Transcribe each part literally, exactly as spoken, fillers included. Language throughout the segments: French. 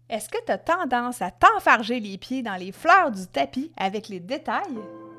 Est-ce que tu as tendance à t'enfarger les pieds dans les fleurs du tapis avec les détails?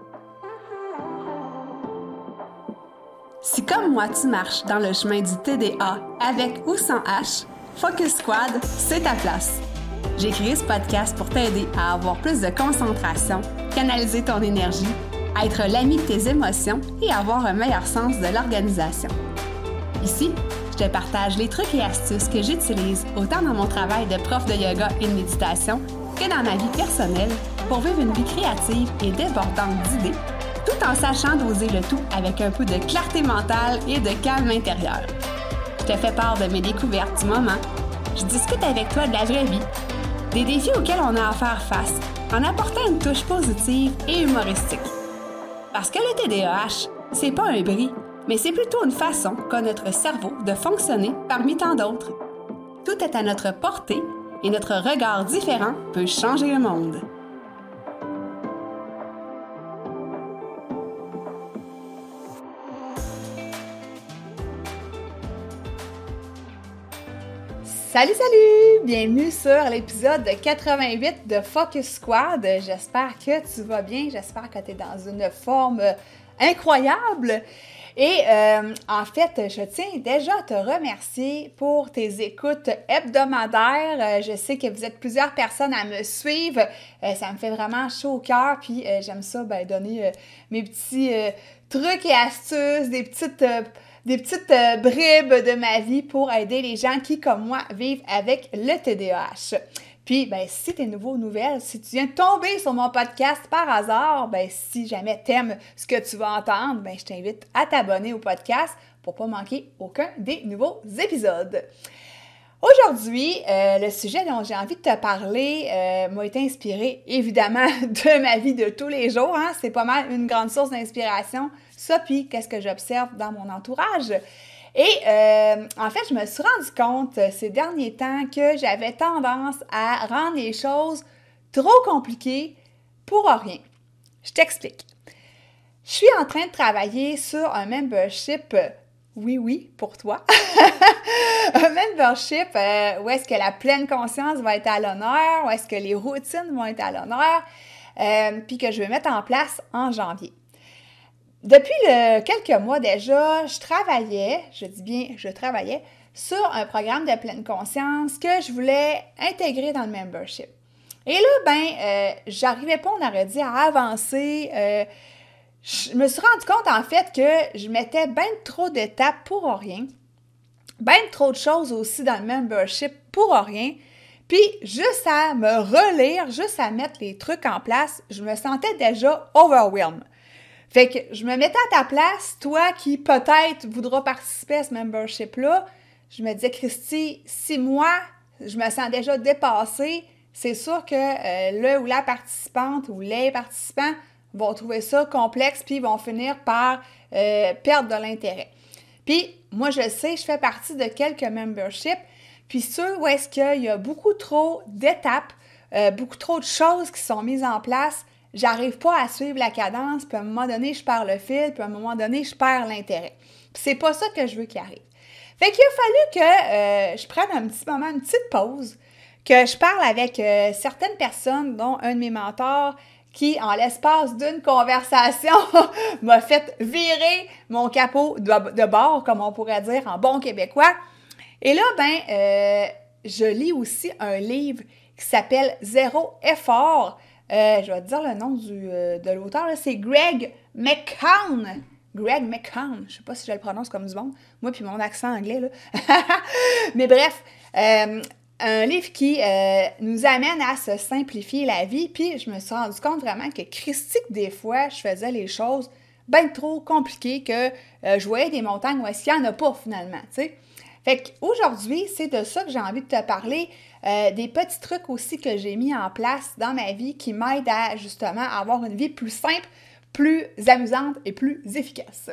Si comme moi tu marches dans le chemin du T D A avec ou sans H, Focus Squad, c'est ta place. J'ai créé ce podcast pour t'aider à avoir plus de concentration, canaliser ton énergie, être l'ami de tes émotions et avoir un meilleur sens de l'organisation. Ici, je te partage les trucs et astuces que j'utilise autant dans mon travail de prof de yoga et de méditation que dans ma vie personnelle pour vivre une vie créative et débordante d'idées, tout en sachant doser le tout avec un peu de clarté mentale et de calme intérieur. Je te fais part de mes découvertes du moment, je discute avec toi de la vraie vie, des défis auxquels on a à faire face en apportant une touche positive et humoristique. Parce que le T D A H, c'est pas un bris, mais c'est plutôt une façon qu'a notre cerveau de fonctionner parmi tant d'autres. Tout est à notre portée et notre regard différent peut changer le monde. Salut, salut! Bienvenue sur l'épisode quatre-vingt-huit de Focus Squad. J'espère que tu vas bien, j'espère que tu es dans une forme incroyable. Et euh, en fait, je tiens déjà à te remercier pour tes écoutes hebdomadaires. Euh, je sais que vous êtes plusieurs personnes à me suivre. Euh, ça me fait vraiment chaud au cœur. Puis euh, j'aime ça, ben, donner euh, mes petits euh, trucs et astuces, des petites... Euh, des petites euh, bribes de ma vie pour aider les gens qui, comme moi, vivent avec le T D A H. Puis, ben, si tu es nouveau aux nouvelles, si tu viens de tomber sur mon podcast par hasard, ben, si jamais t'aimes ce que tu vas entendre, ben, je t'invite à t'abonner au podcast pour pas manquer aucun des nouveaux épisodes. Aujourd'hui, euh, le sujet dont j'ai envie de te parler euh, m'a été inspiré, évidemment, de ma vie de tous les jours. Hein? C'est pas mal une grande source d'inspiration. Ça, puis qu'est-ce que j'observe dans mon entourage. Et euh, en fait, je me suis rendu compte euh, ces derniers temps que j'avais tendance à rendre les choses trop compliquées pour rien. Je t'explique. Je suis en train de travailler sur un membership, oui, oui, pour toi, un membership euh, où est-ce que la pleine conscience va être à l'honneur, où est-ce que les routines vont être à l'honneur, euh, puis que je vais mettre en place en janvier. Depuis le, quelques mois déjà, je travaillais, je dis bien je travaillais, sur un programme de pleine conscience que je voulais intégrer dans le membership. Et là, ben, euh, j'arrivais pas, on aurait dit, à avancer. Euh, je me suis rendu compte, en fait, que je mettais bien trop d'étapes pour rien, bien trop de choses aussi dans le membership pour rien. Puis, juste à me relire, juste à mettre les trucs en place, je me sentais déjà overwhelmed. Fait que je me mettais à ta place, toi qui peut-être voudras participer à ce membership-là, je me disais, Christy, si moi, je me sens déjà dépassée, c'est sûr que euh, le ou la participante ou les participants vont trouver ça complexe puis vont finir par euh, perdre de l'intérêt. Puis, moi, je sais, je fais partie de quelques memberships, puis ceux où est-ce qu'il y a beaucoup trop d'étapes, euh, beaucoup trop de choses qui sont mises en place, j'arrive pas à suivre la cadence, puis à un moment donné, je perds le fil, puis à un moment donné, je perds l'intérêt. Puis c'est pas ça que je veux qu'il arrive. Fait qu'il a fallu que euh, je prenne un petit moment, une petite pause, que je parle avec euh, certaines personnes, dont un de mes mentors, qui, en l'espace d'une conversation, m'a fait virer mon capot de, de bord, comme on pourrait dire en bon québécois. Et là, ben, euh, je lis aussi un livre qui s'appelle « Zéro effort ». Euh, je vais te dire le nom du, euh, de l'auteur, là, c'est Greg McKeown. Greg McKeown, je sais pas si je le prononce comme du monde, moi puis mon accent anglais, là. Mais bref, euh, un livre qui euh, nous amène à se simplifier la vie, puis je me suis rendu compte vraiment que Christy, que des fois, je faisais les choses bien trop compliquées, que euh, je voyais des montagnes où est-ce qu'il n'y en a pas finalement, tu sais. Fait qu'aujourd'hui, c'est de ça que j'ai envie de te parler, euh, des petits trucs aussi que j'ai mis en place dans ma vie qui m'aident à justement avoir une vie plus simple, plus amusante et plus efficace.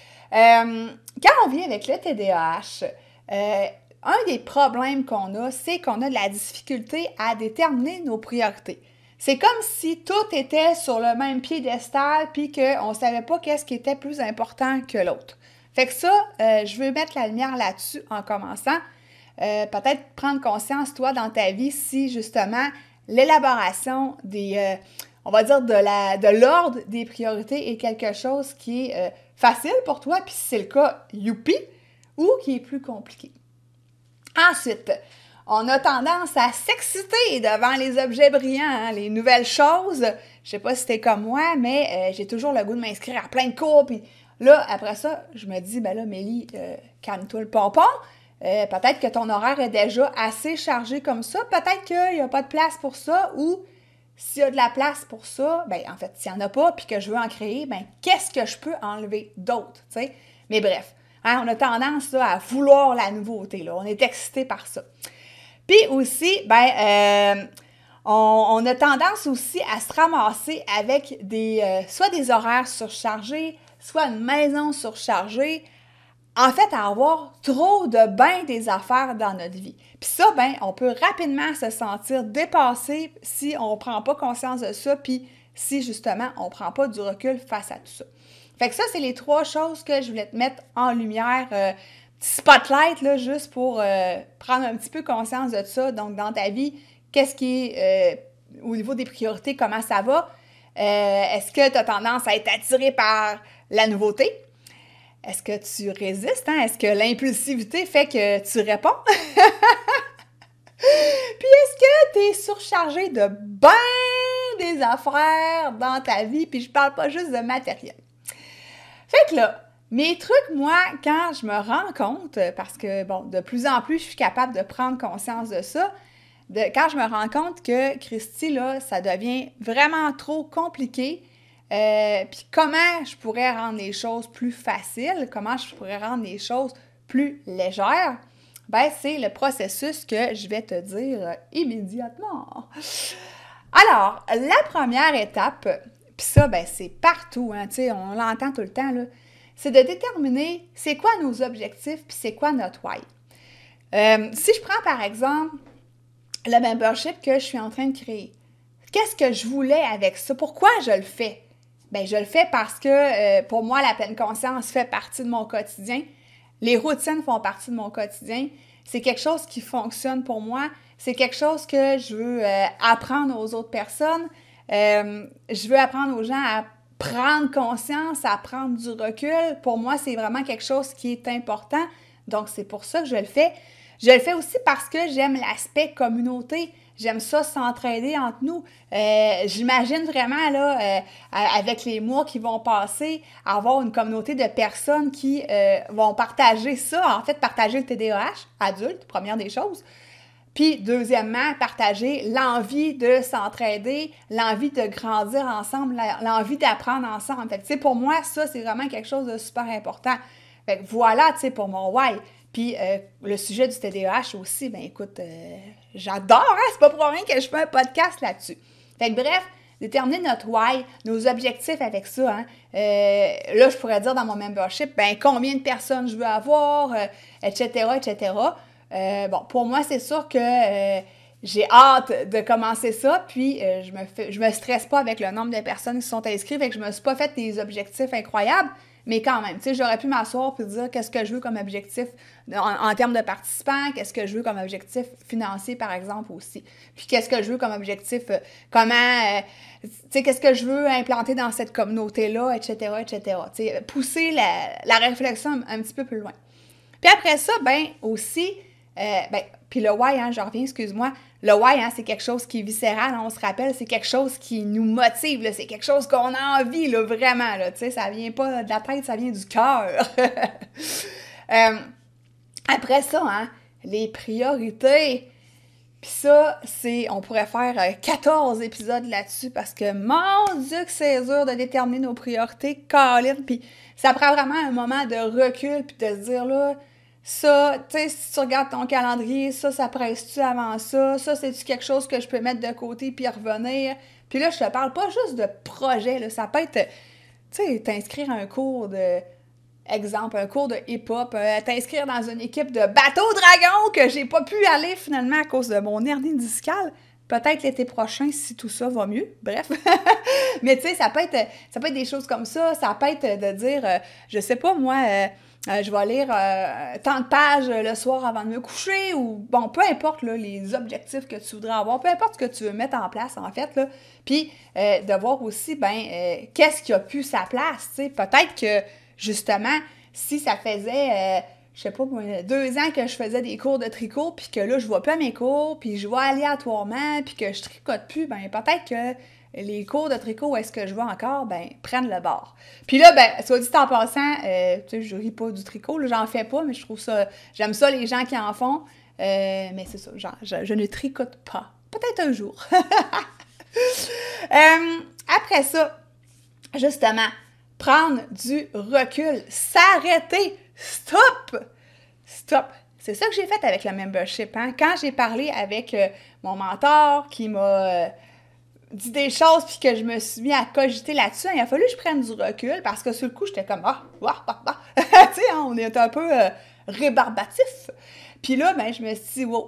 Euh, quand on vit avec le T D A H, euh, un des problèmes qu'on a, c'est qu'on a de la difficulté à déterminer nos priorités. C'est comme si tout était sur le même piédestal puis qu'on ne savait pas qu'est-ce qui était plus important que l'autre. Fait que ça, euh, je veux mettre la lumière là-dessus en commençant. euh, peut-être prendre conscience, toi, dans ta vie, si justement l'élaboration des, euh, on va dire, de, la, de l'ordre des priorités est quelque chose qui est euh, facile pour toi, puis si c'est le cas, youpi, ou qui est plus compliqué. Ensuite, on a tendance à s'exciter devant les objets brillants, hein, les nouvelles choses. Je sais pas si t'es comme moi, mais euh, j'ai toujours le goût de m'inscrire à plein de cours. Puis là, après ça, je me dis, ben là, Mélie, euh, calme-toi le pompon. Euh, peut-être que ton horaire est déjà assez chargé comme ça. Peut-être qu'il n'y a pas de place pour ça. Ou s'il y a de la place pour ça, ben en fait, s'il n'y en a pas puis que je veux en créer, ben qu'est-ce que je peux enlever d'autre, tu sais? Mais bref, hein, on a tendance là, à vouloir la nouveauté. Là. On est excité par ça. Puis aussi, ben, euh, on, on a tendance aussi à se ramasser avec des, euh, soit des horaires surchargés, soit une maison surchargée. En fait, à avoir trop de ben des affaires dans notre vie. Puis ça, ben, on peut rapidement se sentir dépassé si on ne prend pas conscience de ça, puis si justement, on ne prend pas du recul face à tout ça. Fait que ça, c'est les trois choses que je voulais te mettre en lumière. Euh, spotlight, là, juste pour euh, prendre un petit peu conscience de ça. Donc, dans ta vie, qu'est-ce qui est, euh, au niveau des priorités, comment ça va? Euh, est-ce que tu as tendance à être attiré par la nouveauté? Est-ce que tu résistes? Hein? Est-ce que l'impulsivité fait que tu réponds? Puis est-ce que tu es surchargé de ben des affaires dans ta vie? Puis je parle pas juste de matériel. Fait que là, mes trucs, moi, quand je me rends compte, parce que, bon, de plus en plus, je suis capable de prendre conscience de ça, de, quand je me rends compte que, Christy, là, ça devient vraiment trop compliqué, euh, puis comment je pourrais rendre les choses plus faciles, comment je pourrais rendre les choses plus légères, ben c'est le processus que je vais te dire immédiatement. Alors, la première étape, puis ça, ben c'est partout, hein, tu sais, on l'entend tout le temps, là, c'est de déterminer c'est quoi nos objectifs puis c'est quoi notre why. Euh, si je prends par exemple le membership que je suis en train de créer, qu'est-ce que je voulais avec ça? Pourquoi je le fais? Bien, je le fais parce que euh, pour moi, la pleine conscience fait partie de mon quotidien. Les routines font partie de mon quotidien. C'est quelque chose qui fonctionne pour moi. C'est quelque chose que je veux euh, apprendre aux autres personnes. Euh, je veux apprendre aux gens à prendre conscience, à prendre du recul. Pour moi, c'est vraiment quelque chose qui est important. Donc, c'est pour ça que je le fais. Je le fais aussi parce que j'aime l'aspect communauté. J'aime ça s'entraider entre nous. Euh, j'imagine vraiment, là, euh, avec les mois qui vont passer, avoir une communauté de personnes qui euh, vont partager ça. En fait, partager le T D A H, adulte, première des choses. Puis, deuxièmement, partager l'envie de s'entraider, l'envie de grandir ensemble, l'envie d'apprendre ensemble. Fait que, tu sais, pour moi, ça, c'est vraiment quelque chose de super important. Fait que voilà, tu sais, pour mon why. Puis, euh, le sujet du T D A H aussi, ben écoute, euh, j'adore, hein? C'est pas pour rien que je fais un podcast là-dessus. Fait que bref, déterminer notre why, nos objectifs avec ça, hein? Euh, là, je pourrais dire dans mon membership, ben combien de personnes je veux avoir, euh, et cetera, et cetera. Euh, bon, pour moi, c'est sûr que euh, j'ai hâte de commencer ça, puis euh, je me fais, je me stresse pas avec le nombre de personnes qui sont inscrites, fait que je me suis pas fait des objectifs incroyables, mais quand même, tu sais, j'aurais pu m'asseoir et dire qu'est-ce que je veux comme objectif en, en termes de participants, qu'est-ce que je veux comme objectif financier, par exemple, aussi. Puis qu'est-ce que je veux comme objectif, euh, comment, euh, tu sais, qu'est-ce que je veux implanter dans cette communauté-là, et cetera, et cetera. Tu sais, pousser la, la réflexion un, un petit peu plus loin. Puis après ça, ben aussi, euh, ben, puis le why, hein, je reviens, excuse-moi, le why, hein, c'est quelque chose qui est viscéral, hein, on se rappelle, c'est quelque chose qui nous motive, là, c'est quelque chose qu'on a envie, là, vraiment, là, tu sais, ça vient pas de la tête, ça vient du cœur. euh, après ça, hein, les priorités, puis ça, c'est, on pourrait faire euh, quatorze épisodes là-dessus, parce que, mon Dieu, que c'est dur de déterminer nos priorités, Colin, puis ça prend vraiment un moment de recul, puis de se dire, là, ça, tu sais, si tu regardes ton calendrier, ça, ça presse-tu avant ça? Ça, c'est-tu quelque chose que je peux mettre de côté puis revenir? Puis là, je te parle pas juste de projet, là. Ça peut être, tu sais, t'inscrire à un cours de, exemple, un cours de hip-hop, euh, t'inscrire dans une équipe de bateau dragon que j'ai pas pu aller finalement à cause de mon hernie discale. Peut-être l'été prochain, si tout ça va mieux. Bref. Mais tu sais, ça peut être ça peut être des choses comme ça. Ça peut être de dire, euh, je sais pas moi, euh, euh, je vais lire euh, tant de pages le soir avant de me coucher, ou bon, peu importe là, les objectifs que tu voudrais avoir, peu importe ce que tu veux mettre en place, en fait, là. Puis, euh, de voir aussi, ben, euh, qu'est-ce qui a pu sa place, tu sais. Peut-être que, justement, si ça faisait... Euh, je sais pas, deux ans que je faisais des cours de tricot, puis que là, je vois pas mes cours, puis je vois aléatoirement, puis que je tricote plus, ben peut-être que les cours de tricot où est-ce que je vois encore, ben prennent le bord. Puis là, ben, soit dit en passant, euh, tu sais, je ris pas du tricot, là, j'en fais pas, mais je trouve ça, j'aime ça les gens qui en font, euh, mais c'est ça, genre, je, je ne tricote pas. Peut-être un jour. euh, après ça, justement, prendre du recul, s'arrêter. Stop! Stop! C'est ça que j'ai fait avec le membership. Hein? Quand j'ai parlé avec euh, mon mentor qui m'a euh, dit des choses puis que je me suis mis à cogiter là-dessus, hein, il a fallu que je prenne du recul parce que sur le coup, j'étais comme « Ah! Ah! Ah! Ah! » Tu sais, hein, on est un peu euh, rébarbatif. Puis là, ben, je me suis dit « Wow! »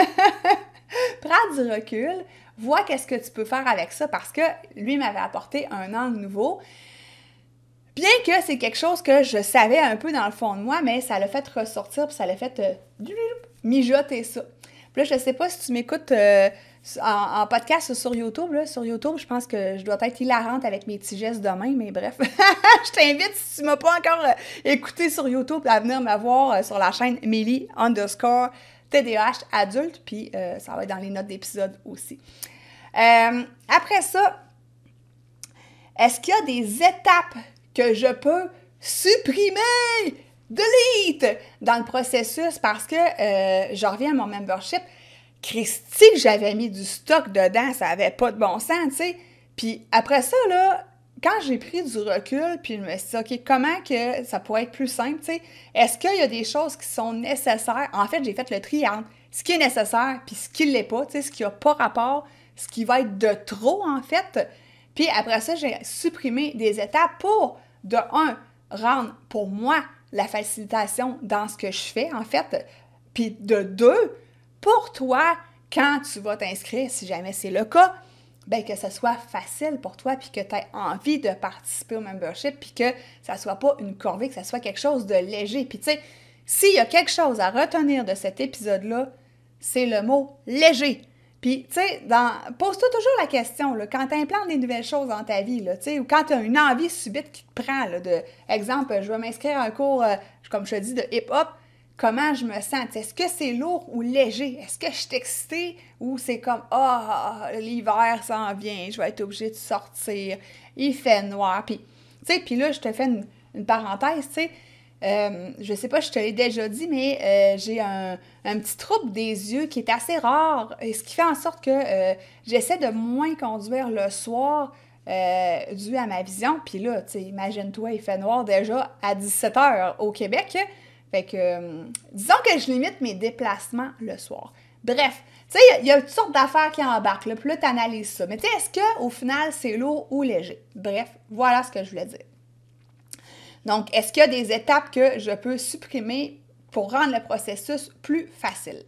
Prends du recul, vois qu'est-ce que tu peux faire avec ça parce que lui m'avait apporté un angle nouveau. Bien que c'est quelque chose que je savais un peu dans le fond de moi, mais ça l'a fait ressortir, puis ça l'a fait euh, mijoter ça. Puis là, je sais pas si tu m'écoutes euh, en, en podcast sur YouTube. Là, sur YouTube, je pense que je dois être hilarante avec mes petits gestes de main, mais bref. Je t'invite, si tu m'as pas encore euh, écouté sur YouTube, à venir me voir euh, sur la chaîne Mélie underscore T D A H adulte, puis euh, ça va être dans les notes d'épisode aussi. Euh, après ça, est-ce qu'il y a des étapes que je peux supprimer, delete, dans le processus parce que euh, je reviens à mon membership. Christy, j'avais mis du stock dedans, ça avait pas de bon sens, tu sais. Puis après ça, là, quand j'ai pris du recul, puis je me suis dit, OK, comment que ça pourrait être plus simple, tu sais? Est-ce qu'il y a des choses qui sont nécessaires? En fait, j'ai fait le tri entre ce qui est nécessaire puis ce qui ne l'est pas, tu sais, ce qui n'a pas rapport, ce qui va être de trop, en fait. Puis après ça, j'ai supprimé des étapes pour, de un, rendre pour moi la facilitation dans ce que je fais, en fait. Puis de deux, pour toi, quand tu vas t'inscrire, si jamais c'est le cas, bien que ce soit facile pour toi, puis que tu aies envie de participer au membership, puis que ça soit pas une corvée, que ça soit quelque chose de léger. Puis tu sais, s'il y a quelque chose à retenir de cet épisode-là, c'est le mot « léger ». Puis, tu sais, pose-toi toujours la question, là, quand tu implantes des nouvelles choses dans ta vie, là, tu sais, ou quand tu as une envie subite qui te prend, là, de, exemple, je vais m'inscrire à un cours, euh, comme je te dis, de hip-hop, comment je me sens? Est-ce que c'est lourd ou léger? Est-ce que je suis excitée ou c'est comme, ah, oh, l'hiver s'en vient, je vais être obligée de sortir, il fait noir. Puis, tu sais, puis là, je te fais une, une parenthèse, tu sais, Euh, je sais pas, je te l'ai déjà dit, mais euh, j'ai un, un petit trouble des yeux qui est assez rare, et ce qui fait en sorte que euh, j'essaie de moins conduire le soir euh, dû à ma vision. Puis là, tu sais, imagine-toi, il fait noir déjà à dix-sept heures au Québec. Fait que, euh, disons que je limite mes déplacements le soir. Bref, tu sais, il y, y a toutes sortes d'affaires qui embarquent, là, puis là, tu analyses ça. Mais tu sais, est-ce qu'au final, c'est lourd ou léger? Bref, voilà ce que je voulais dire. Donc, est-ce qu'il y a des étapes que je peux supprimer pour rendre le processus plus facile?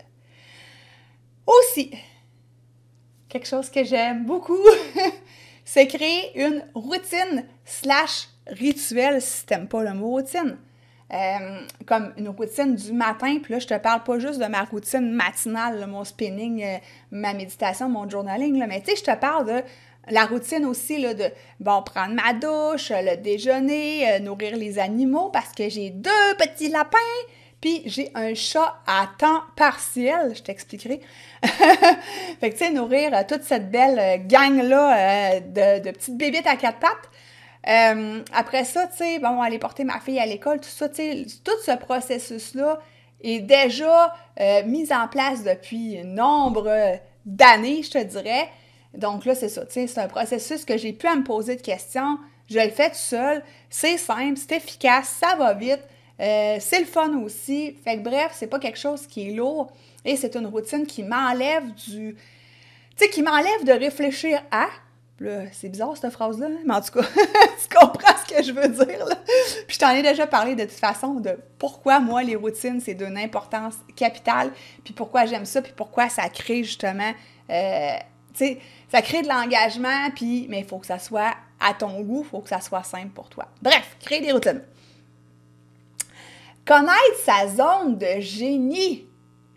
Aussi, quelque chose que j'aime beaucoup, c'est créer une routine slash rituel, si tu n'aimes pas le mot routine. Euh, comme une routine du matin, puis là, je te parle pas juste de ma routine matinale, là, mon spinning, euh, ma méditation, mon journaling, là, mais tu sais, je te parle de la routine aussi, là, de, bon, prendre ma douche, le déjeuner, euh, nourrir les animaux, parce que j'ai deux petits lapins, puis j'ai un chat à temps partiel, je t'expliquerai. Fait que, tu sais, nourrir euh, toute cette belle euh, gang-là euh, de, de petites bébites à quatre pattes. Euh, après ça, tu sais, bon, aller porter ma fille à l'école, tout ça, tu sais, tout ce processus-là est déjà euh, mis en place depuis nombre d'années, je te dirais. Donc là, c'est ça, tu sais, c'est un processus que j'ai pu à me poser de questions. Je le fais tout seul, c'est simple, c'est efficace, ça va vite, euh, c'est le fun aussi. Fait que bref, c'est pas quelque chose qui est lourd et c'est une routine qui m'enlève du... Tu sais, qui m'enlève de réfléchir à... Là, c'est bizarre cette phrase-là, mais en tout cas, tu comprends ce que je veux dire, là. Puis je t'en ai déjà parlé de toute façon de pourquoi, moi, les routines, c'est d'une importance capitale, puis pourquoi j'aime ça, puis pourquoi ça crée justement... Euh, tu sais, ça crée de l'engagement, puis, mais il faut que ça soit à ton goût, il faut que ça soit simple pour toi. Bref, créer des routines. Connaître sa zone de génie.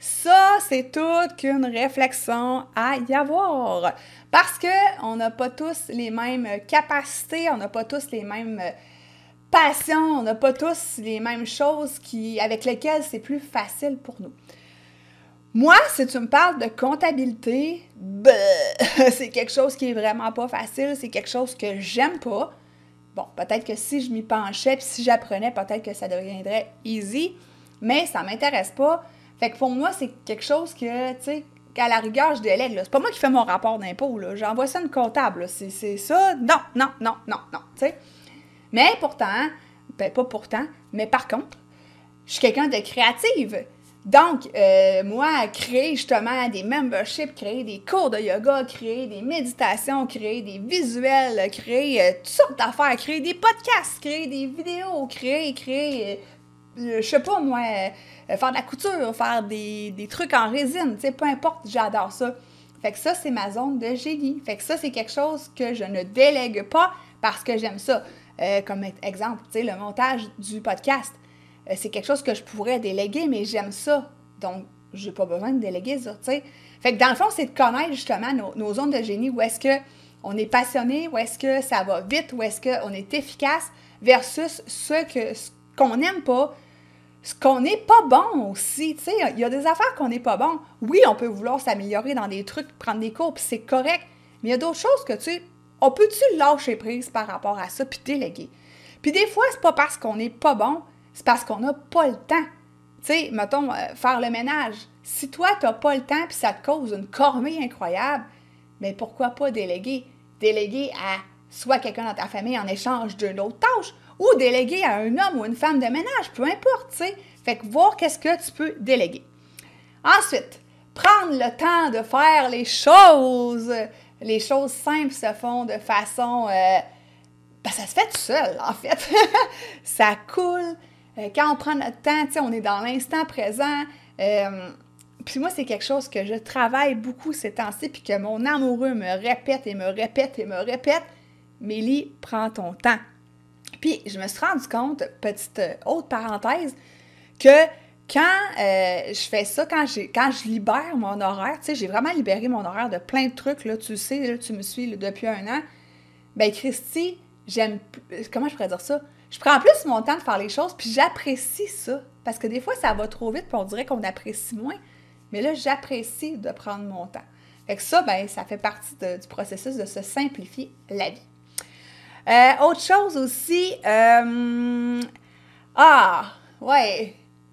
Ça, c'est toute qu'une réflexion à y avoir. Parce qu'on n'a pas tous les mêmes capacités, on n'a pas tous les mêmes passions, on n'a pas tous les mêmes choses qui, avec lesquelles c'est plus facile pour nous. Moi, si tu me parles de comptabilité, bah, c'est quelque chose qui est vraiment pas facile, c'est quelque chose que j'aime pas. Bon, peut-être que si je m'y penchais, puis si j'apprenais, peut-être que ça deviendrait easy, mais ça m'intéresse pas. Fait que pour moi, c'est quelque chose que, tu sais, qu'à la rigueur, je délègue. Là. C'est pas moi qui fais mon rapport d'impôt, là. J'envoie ça à une comptable, là. C'est, c'est ça. Non, non, non, non, non, tu sais. Mais pourtant, ben pas pourtant, mais par contre, je suis quelqu'un de créative. Donc, euh, moi, créer justement des memberships, créer des cours de yoga, créer des méditations, créer des visuels, créer euh, toutes sortes d'affaires, créer des podcasts, créer des vidéos, créer, créer... Euh, je sais pas, moi, euh, faire de la couture, faire des, des trucs en résine, tu sais, peu importe, j'adore ça. Fait que ça, c'est ma zone de génie. Fait que ça, c'est quelque chose que je ne délègue pas parce que j'aime ça. Euh, comme exemple, tu sais, le montage du podcast, euh, c'est quelque chose que je pourrais déléguer, mais j'aime ça. Donc, j'ai pas besoin de déléguer ça, tu sais. Fait que dans le fond, c'est de connaître justement nos, nos zones de génie, où est-ce qu'on est passionné, où est-ce que ça va vite, où est-ce qu'on est efficace, versus ce que ce qu'on n'aime pas, ce qu'on n'est pas bon aussi, tu sais, il y a des affaires qu'on n'est pas bon. Oui, on peut vouloir s'améliorer dans des trucs, prendre des cours, puis c'est correct, mais il y a d'autres choses que, tu sais, on peut-tu lâcher prise par rapport à ça, puis déléguer? Puis des fois, c'est pas parce qu'on n'est pas bon, c'est parce qu'on n'a pas le temps. Tu sais, mettons, euh, faire le ménage. Si toi, tu n'as pas le temps, puis ça te cause une corvée incroyable, mais pourquoi pas déléguer? Déléguer à soit quelqu'un dans ta famille en échange d'une autre tâche, ou déléguer à un homme ou une femme de ménage, peu importe, tu sais. Fait que voir qu'est-ce que tu peux déléguer. Ensuite, prendre le temps de faire les choses. Les choses simples se font de façon... Euh, ben ça se fait tout seul, en fait. Ça coule. Euh, quand on prend notre temps, tu sais, on est dans l'instant présent. Euh, puis moi, c'est quelque chose que je travaille beaucoup ces temps-ci, puis que mon amoureux me répète et me répète et me répète. Mélie, prends ton temps. Puis, je me suis rendu compte, petite euh, autre parenthèse, que quand euh, je fais ça, quand, j'ai, quand je libère mon horaire, tu sais, j'ai vraiment libéré mon horaire de plein de trucs, là, tu sais, là, tu me suis là, depuis un an, bien, Christy, j'aime, comment je pourrais dire ça? Je prends plus mon temps de faire les choses, puis j'apprécie ça, parce que des fois, ça va trop vite, puis on dirait qu'on apprécie moins, mais là, j'apprécie de prendre mon temps. Fait que ça, bien, ça fait partie de, du processus de se simplifier la vie. Euh, autre chose aussi, euh, ah, ouais,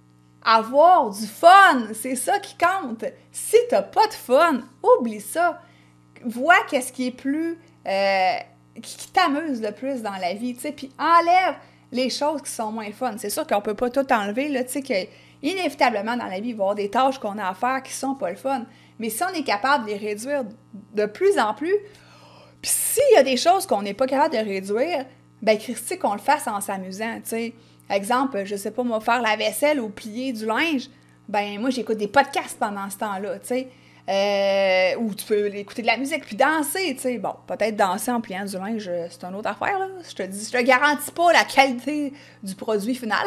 avoir du fun, c'est ça qui compte. Si t'as pas de fun, oublie ça. Vois qu'est-ce qui est plus, euh, qui, qui t'amuse le plus dans la vie, tu sais, puis enlève les choses qui sont moins fun. C'est sûr qu'on peut pas tout enlever, là, tu sais, que inévitablement dans la vie, il va y avoir des tâches qu'on a à faire qui sont pas le fun. Mais si on est capable de les réduire de plus en plus, puis s'il y a des choses qu'on n'est pas capable de réduire, ben Christy, qu'on le fasse en s'amusant, tu sais. Exemple, je sais pas, moi, faire la vaisselle ou plier du linge, ben moi, j'écoute des podcasts pendant ce temps-là, tu sais. Euh, ou tu peux écouter de la musique puis danser, tu sais. Bon, peut-être danser en pliant du linge, c'est une autre affaire, là. Je te dis, je te garantis pas la qualité du produit final.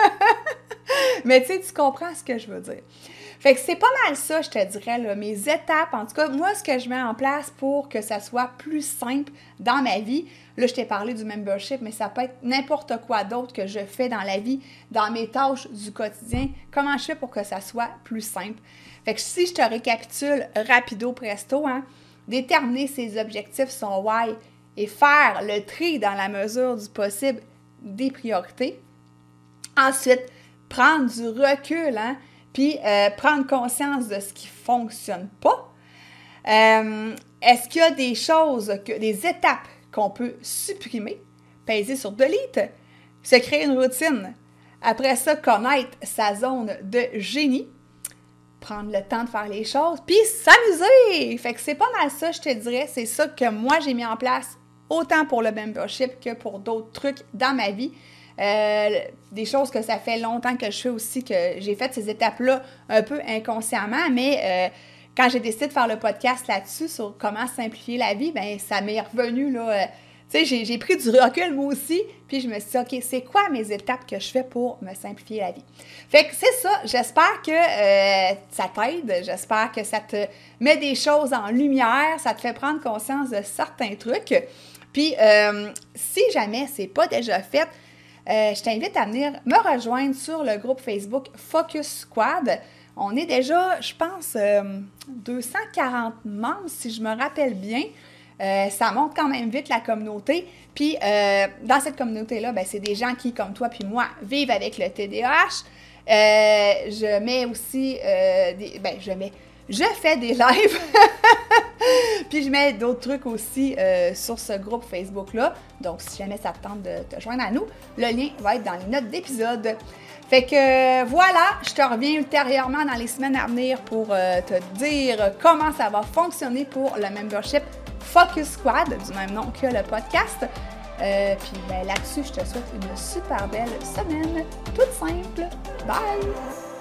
Mais tu sais, tu comprends ce que je veux dire. Fait que c'est pas mal ça, je te dirais, là, mes étapes. En tout cas, moi, ce que je mets en place pour que ça soit plus simple dans ma vie. Là, je t'ai parlé du membership, mais ça peut être n'importe quoi d'autre que je fais dans la vie, dans mes tâches du quotidien. Comment je fais pour que ça soit plus simple? Fait que si je te récapitule rapido presto, hein, déterminer ses objectifs, son why, et faire le tri dans la mesure du possible des priorités. Ensuite, prendre du recul, hein, puis euh, prendre conscience de ce qui ne fonctionne pas. Euh, est-ce qu'il y a des choses, que, des étapes qu'on peut supprimer? Peser sur Delete, se créer une routine. Après ça, connaître sa zone de génie. Prendre le temps de faire les choses, puis s'amuser! Fait que c'est pas mal ça, je te dirais. C'est ça que moi, j'ai mis en place, autant pour le membership que pour d'autres trucs dans ma vie. Euh, des choses que ça fait longtemps que je fais aussi, que j'ai fait ces étapes-là un peu inconsciemment, mais euh, quand j'ai décidé de faire le podcast là-dessus, sur comment simplifier la vie, bien, ça m'est revenu là, euh, tu sais, j'ai, j'ai pris du recul moi aussi, puis je me suis dit, OK, c'est quoi mes étapes que je fais pour me simplifier la vie? Fait que c'est ça, j'espère que euh, ça t'aide, j'espère que ça te met des choses en lumière, ça te fait prendre conscience de certains trucs. Puis, euh, si jamais c'est pas déjà fait, euh, je t'invite à venir me rejoindre sur le groupe Facebook Focus Squad. On est déjà, je pense, euh, deux cent quarante membres, si je me rappelle bien. Euh, ça monte quand même vite, la communauté. Puis, euh, dans cette communauté-là, ben, c'est des gens qui, comme toi puis moi, vivent avec le T D A H. Euh, je mets aussi, euh, des, ben, je mets, je fais des lives. Puis, je mets d'autres trucs aussi euh, sur ce groupe Facebook-là. Donc, si jamais ça te tente de te joindre à nous, le lien va être dans les notes d'épisode. Fait que euh, voilà, je te reviens ultérieurement dans les semaines à venir pour euh, te dire comment ça va fonctionner pour le membership Focus Squad, du même nom que le podcast. Euh, puis ben, là-dessus, je te souhaite une super belle semaine, toute simple. Bye!